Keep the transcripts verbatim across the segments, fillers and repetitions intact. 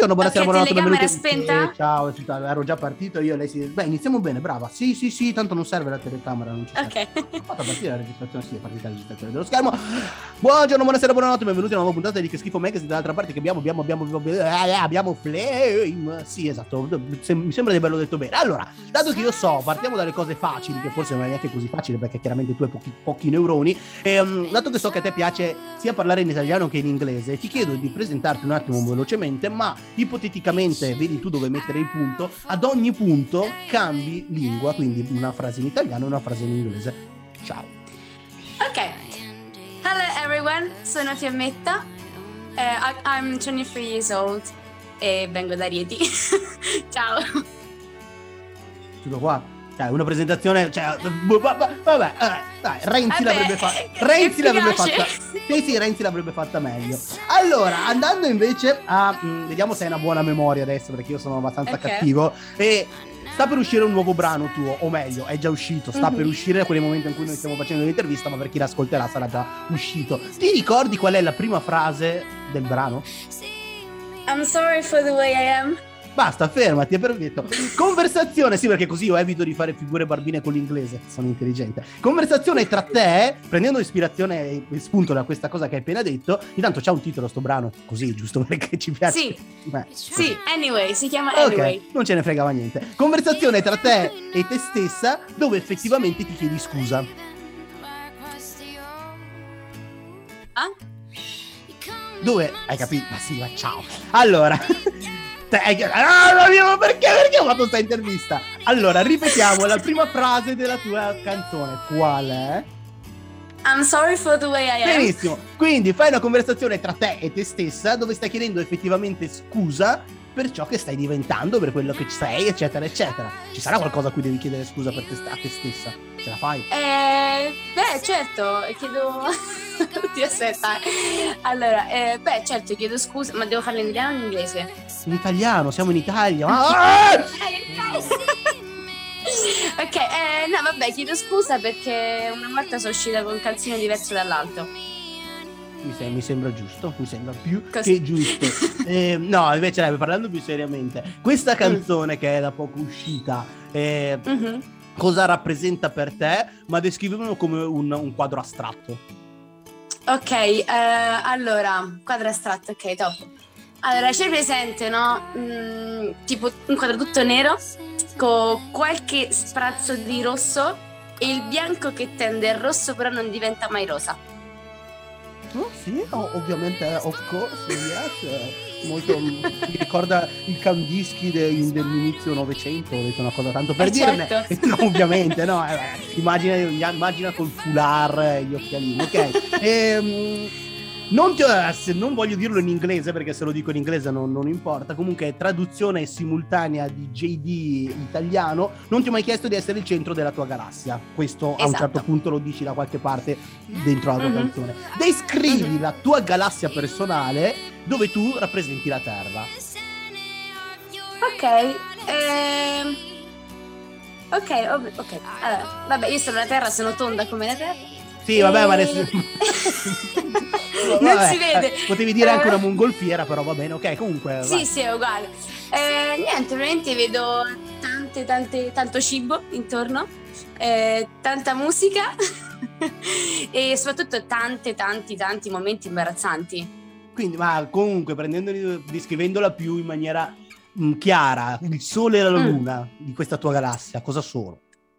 Buongiorno, buonasera, Ok, buonanotte, telecamera benvenuti. spenta? Eh, ciao, sì, ero già partito io, lei si... Beh, iniziamo bene, brava. Sì, sì, sì, tanto non serve la telecamera, non ci serve. Ok. Ho fatto partire la registrazione, sì, è partita la registrazione dello schermo. Buongiorno, buonasera, buonanotte, benvenuti a una nuova puntata di Che Schifo Magazine. Dall'altra parte che abbiamo, abbiamo, abbiamo, abbiamo, eh, abbiamo Flame. Sì, esatto, mi sembra di averlo detto bene. Allora, dato che io so, partiamo dalle cose facili, che forse non è neanche così facile perché chiaramente tu hai pochi, pochi neuroni, e um, dato che so che a te piace sia parlare in italiano che in inglese, ti chiedo di presentarti un attimo velocemente, ma ipoteticamente, vedi tu dove mettere il punto, ad ogni punto cambi lingua, quindi una frase in italiano e una frase in inglese. Ciao. Ok. Hello everyone, sono Fiammetta. Uh, I- I'm twenty-three years old e vengo da Rieti. Ciao. Tutto qua. Cioè, una presentazione, cioè, vabbè, eh, dai, Renzi Vabbè, l'avrebbe fatta. che Renzi l'avrebbe piace. fatta. Sì, sì, Renzi l'avrebbe fatta meglio. Allora, andando invece a mh, vediamo se hai una buona memoria adesso, perché io sono abbastanza Ok. cattivo. E sta per uscire un nuovo brano tuo, o meglio, è già uscito, sta Mhm. per uscire da quel momento in cui noi stiamo facendo l'intervista, ma per chi l'ascolterà sarà già uscito. Ti ricordi qual è la prima frase del brano? I'm sorry for the way I am. Basta, fermati, è perfetto. Conversazione, sì, perché così io evito di fare figure barbine con l'inglese, sono intelligente. Conversazione tra te, prendendo ispirazione e spunto da questa cosa che hai appena detto. Intanto c'ha un titolo sto brano, così, giusto perché ci piace. Sì. Beh, Sì, anyway, si chiama ok, Anyway. non ce ne fregava niente. Conversazione tra te e te stessa, dove effettivamente ti chiedi scusa. Ah? Dove, hai capito? Ma sì, ma ciao. Allora, te, hai... ah, mio, perché? Perché ho fatto questa intervista? Allora, ripetiamo la prima frase della tua canzone. Qual è? I'm sorry for the way I am. Benissimo. Quindi fai una conversazione tra te e te stessa dove stai chiedendo effettivamente scusa per ciò che stai diventando, per quello che sei, eccetera, eccetera. Ci sarà qualcosa a cui devi chiedere scusa per te, a te stessa? Ce la fai? Eh, beh, certo, chiedo... Oddio, aspetta. Allora, eh, beh, certo, chiedo scusa, ma devo farlo in italiano o in inglese? In italiano, siamo in Italia. Ah! Ok, eh, no, vabbè, chiedo scusa perché una volta sono uscita con un calzino diverso dall'altro. Mi, se- mi sembra giusto, mi sembra più Cos- che giusto. Eh, no, invece dai, parlando più seriamente, questa canzone mm. che è da poco uscita, eh, Mm-hmm. cosa rappresenta per te? Ma descrivimelo come un, un quadro astratto. Ok, eh, allora, quadro astratto, ok, top. Allora, c'è presente, no? Mm, tipo un quadro tutto nero con qualche sprazzo di rosso e il bianco che tende al rosso però non diventa mai rosa. Oh, sì, oh, ovviamente, of course, yes. Molto, mi ricorda i Kandinsky de, dell'inizio Novecento, ho detto una cosa tanto per eh dirne. certo. No, ovviamente, no, eh, immagina, immagina col foulard e gli occhialini, ok? Ehm... Non, ti, se non voglio dirlo in inglese perché se lo dico in inglese non, non importa, comunque traduzione simultanea di J D italiano. Non ti ho mai chiesto di essere il centro della tua galassia, questo esatto. A un certo punto lo dici da qualche parte dentro la tua mm-hmm. canzone. Descrivi mm-hmm. la tua galassia personale dove tu rappresenti la Terra. Ok, ehm... ok, ov- ok, allora, vabbè, io sono la Terra, sono tonda come la Terra. Sì, vabbè, e... ma adesso... non vabbè, si vede. Eh, potevi dire anche una mongolfiera, però va bene, ok, comunque. Sì, vai. sì, è uguale. Eh, niente, ovviamente vedo tante, tante, tanto cibo intorno, eh, tanta musica e soprattutto tante, tanti, tanti momenti imbarazzanti. Quindi, ma comunque, prendendoli, descrivendola più in maniera mh, chiara, il sole e la luna mm. di questa tua galassia, cosa sono?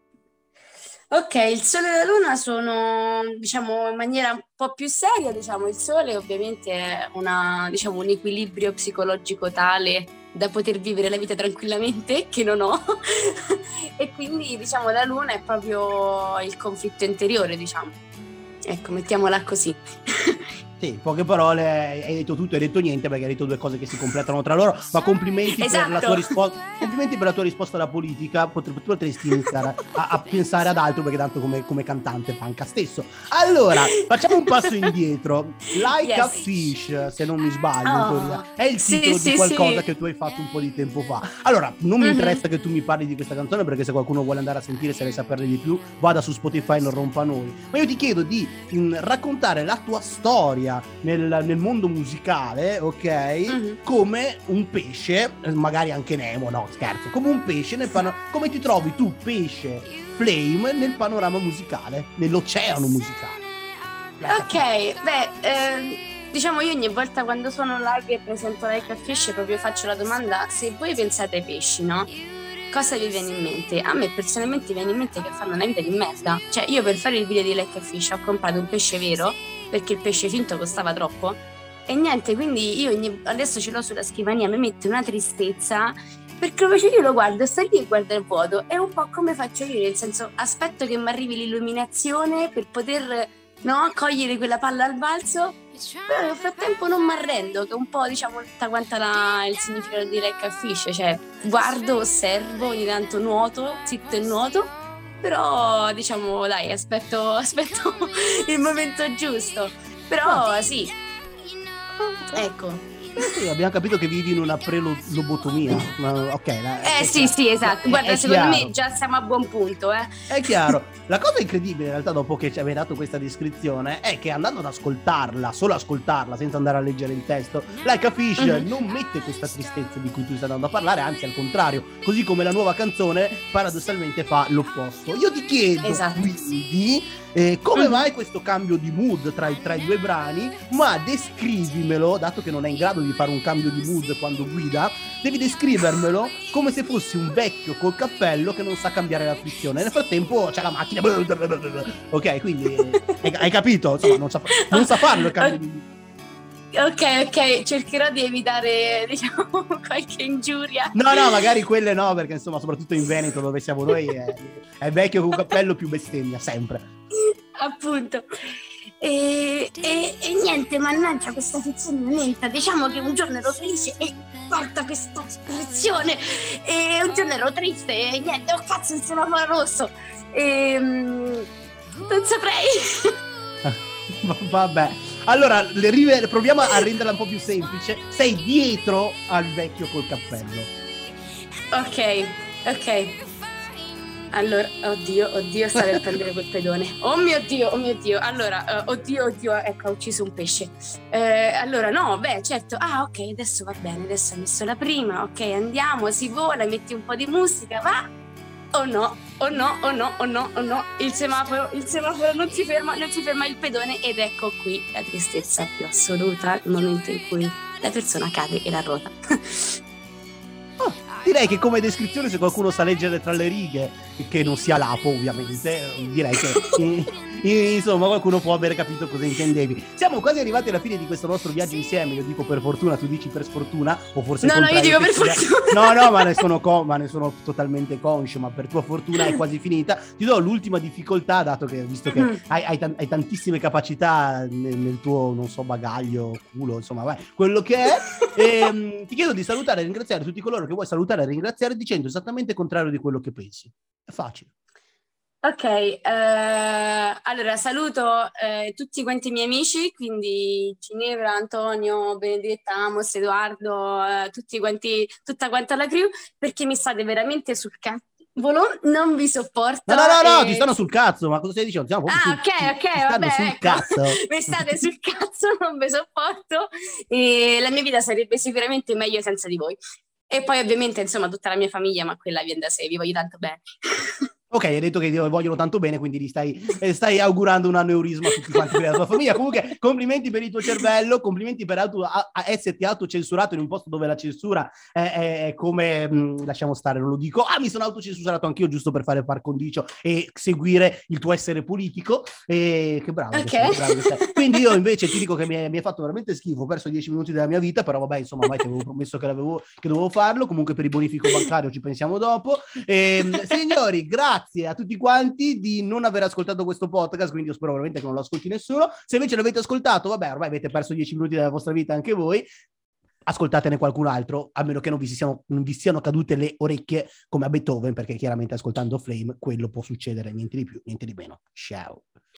Ok, il Sole e la Luna sono, diciamo, in maniera un po' più seria, diciamo, il Sole ovviamente è una, diciamo, un equilibrio psicologico tale da poter vivere la vita tranquillamente, che non ho, e quindi, diciamo, la Luna è proprio il conflitto interiore, diciamo. Ecco, mettiamola così. Sì, in poche parole hai detto tutto e hai detto niente perché hai detto due cose che si completano tra loro, ma complimenti esatto. per la tua risposta. Complimenti per la tua risposta alla politica. Potre- potresti iniziare a, a pensare ad altro perché tanto come, come cantante panca stesso. Allora, facciamo un passo indietro. Like yes. a Fish, se non mi sbaglio, oh. in teoria, è il sì, titolo sì, di qualcosa sì. che tu hai fatto un po' di tempo fa. Allora, non mi mm-hmm. interessa che tu mi parli di questa canzone perché se qualcuno vuole andare a sentire, se vuoi saperne di più, vada su Spotify, non rompa noi. Ma io ti chiedo di in, raccontare la tua storia vita nel, nel mondo musicale, ok, mm-hmm. come un pesce, magari anche Nemo, no scherzo, come un pesce nel pano- come ti trovi tu pesce Flame nel panorama musicale, nell'oceano musicale. Ok, beh, ehm, diciamo io ogni volta quando sono live e presento Like a Fish proprio faccio la domanda: se voi pensate ai pesci, no? Cosa vi viene in mente? A me personalmente viene in mente che fanno una vita di merda. Cioè io per fare il video di Like a Fish ho comprato un pesce vero perché il pesce finto costava troppo e niente, quindi io ogni... adesso ce l'ho sulla scrivania, mi mette una tristezza perché invece io lo guardo, sta lì e guarda il vuoto. È un po' come faccio io, nel senso aspetto che mi arrivi l'illuminazione per poter, no, cogliere quella palla al balzo, però nel frattempo non mi arrendo, che è un po', diciamo, tutta quanta la, il significato di Like a Fish, cioè guardo, osservo, ogni tanto nuoto, zitto e nuoto, però diciamo dai, aspetto, aspetto il momento giusto, però sì, ecco. Sì, abbiamo capito che vivi in una pre-lobotomia. Ok, la, eh sì, chiaro. Sì, esatto. Guarda, è secondo chiaro. me già siamo a buon punto, eh. È chiaro. La cosa incredibile in realtà, dopo che ci avevi dato questa descrizione, è che andando ad ascoltarla, solo ascoltarla, senza andare a leggere il testo, Like a Fish mm-hmm. non mette questa tristezza di cui tu stai andando a parlare, anzi al contrario, così come la nuova canzone paradossalmente fa l'opposto. Io ti chiedo esatto. quindi eh, come mm-hmm. mai questo cambio di mood tra i, tra i due brani, ma descrivimelo, dato che non è in grado di fare un cambio di mood quando guida, devi descrivermelo come se fossi un vecchio col cappello che non sa cambiare la frizione. Nel frattempo c'è la macchina, ok, quindi hai capito? Insomma, non sa, non sa farlo il cambio di mood. Ok, ok, cercherò di evitare, diciamo, qualche ingiuria. No, no, magari quelle no, perché insomma, soprattutto in Veneto dove siamo noi, è, è vecchio con cappello più bestemmia, sempre. Appunto. E, e, e niente, mannaggia questa frizione lenta. Diciamo che un giorno ero felice e porta questa frizione, e un giorno ero triste e niente, oh cazzo, il semaforo rosso. E, non saprei. Vabbè. Allora, le rive, proviamo a renderla un po' più semplice. Sei dietro al vecchio col cappello. Ok, ok. Allora, oddio, oddio, sta per prendere quel pedone. Oh mio Dio, oh mio Dio. Allora, uh, oddio, oddio, ecco, ho ucciso un pesce. Eh, allora, no, beh, certo. Ah, ok, adesso va bene, adesso ho messo la prima. Ok, andiamo, si vola, metti un po' di musica, va. Oh no, oh no, oh no, oh no, oh no. Il semaforo, il semaforo non si ferma, non si ferma il pedone ed ecco qui la tristezza più assoluta, il momento in cui la persona cade e la rota. Oh, direi che come descrizione, se qualcuno sa leggere tra le righe, che non sia Lapo ovviamente, direi che insomma qualcuno può aver capito cosa intendevi. Siamo quasi arrivati alla fine di questo nostro viaggio insieme. Io dico per fortuna, tu dici per sfortuna, o forse no no io dico per fortuna. No no ma ne sono co- ma ne sono totalmente conscio, ma per tua fortuna è quasi finita. Ti do l'ultima difficoltà, dato che visto che mm. hai, hai, t- hai tantissime capacità nel, nel tuo, non so, bagaglio, culo, insomma vai, quello che è. E, um, ti chiedo di salutare e ringraziare tutti coloro che vuoi salutare e ringraziare dicendo esattamente il contrario di quello che pensi. È facile. Ok, eh, allora saluto eh, tutti quanti i miei amici, quindi Ginevra, Antonio, Benedetta, Amos, Edoardo, eh, tutti quanti, tutta quanta la crew, perché mi state veramente sul cavolo, non vi sopporto. No, no, no, no, e... ti stanno sul cazzo, ma cosa stai dicendo? Siamo ah, sul, ok, ok, ti stanno vabbè, sul ecco. cazzo. Mi state sul cazzo, non vi sopporto, e la mia vita sarebbe sicuramente meglio senza di voi. E poi ovviamente, insomma, tutta la mia famiglia, ma quella viene da sé, vi voglio tanto bene. Ok, hai detto che ti vogliono tanto bene, quindi gli stai, stai augurando un aneurisma a tutti quanti per la tua famiglia. Comunque, complimenti per il tuo cervello, complimenti per auto, a, a esserti autocensurato in un posto dove la censura è, è, è come, mh, lasciamo stare, non lo dico, ah mi sono autocensurato anch'io giusto per fare par condicio e seguire il tuo essere politico. E che bravo, okay. che sei, bravo che sei. Quindi io invece ti dico che mi è fatto veramente schifo, ho perso dieci minuti della mia vita, però vabbè, insomma, mai ti avevo promesso che, l'avevo, che dovevo farlo. Comunque per il bonifico bancario ci pensiamo dopo. E, signori, grazie a tutti quanti di non aver ascoltato questo podcast, quindi io spero veramente che non lo ascolti nessuno. Se invece l'avete ascoltato, vabbè, ormai avete perso dieci minuti della vostra vita anche voi, ascoltatene qualcun altro, a meno che non vi, siano, non vi siano cadute le orecchie come a Beethoven, perché chiaramente ascoltando Flame quello può succedere, niente di più, niente di meno. Ciao.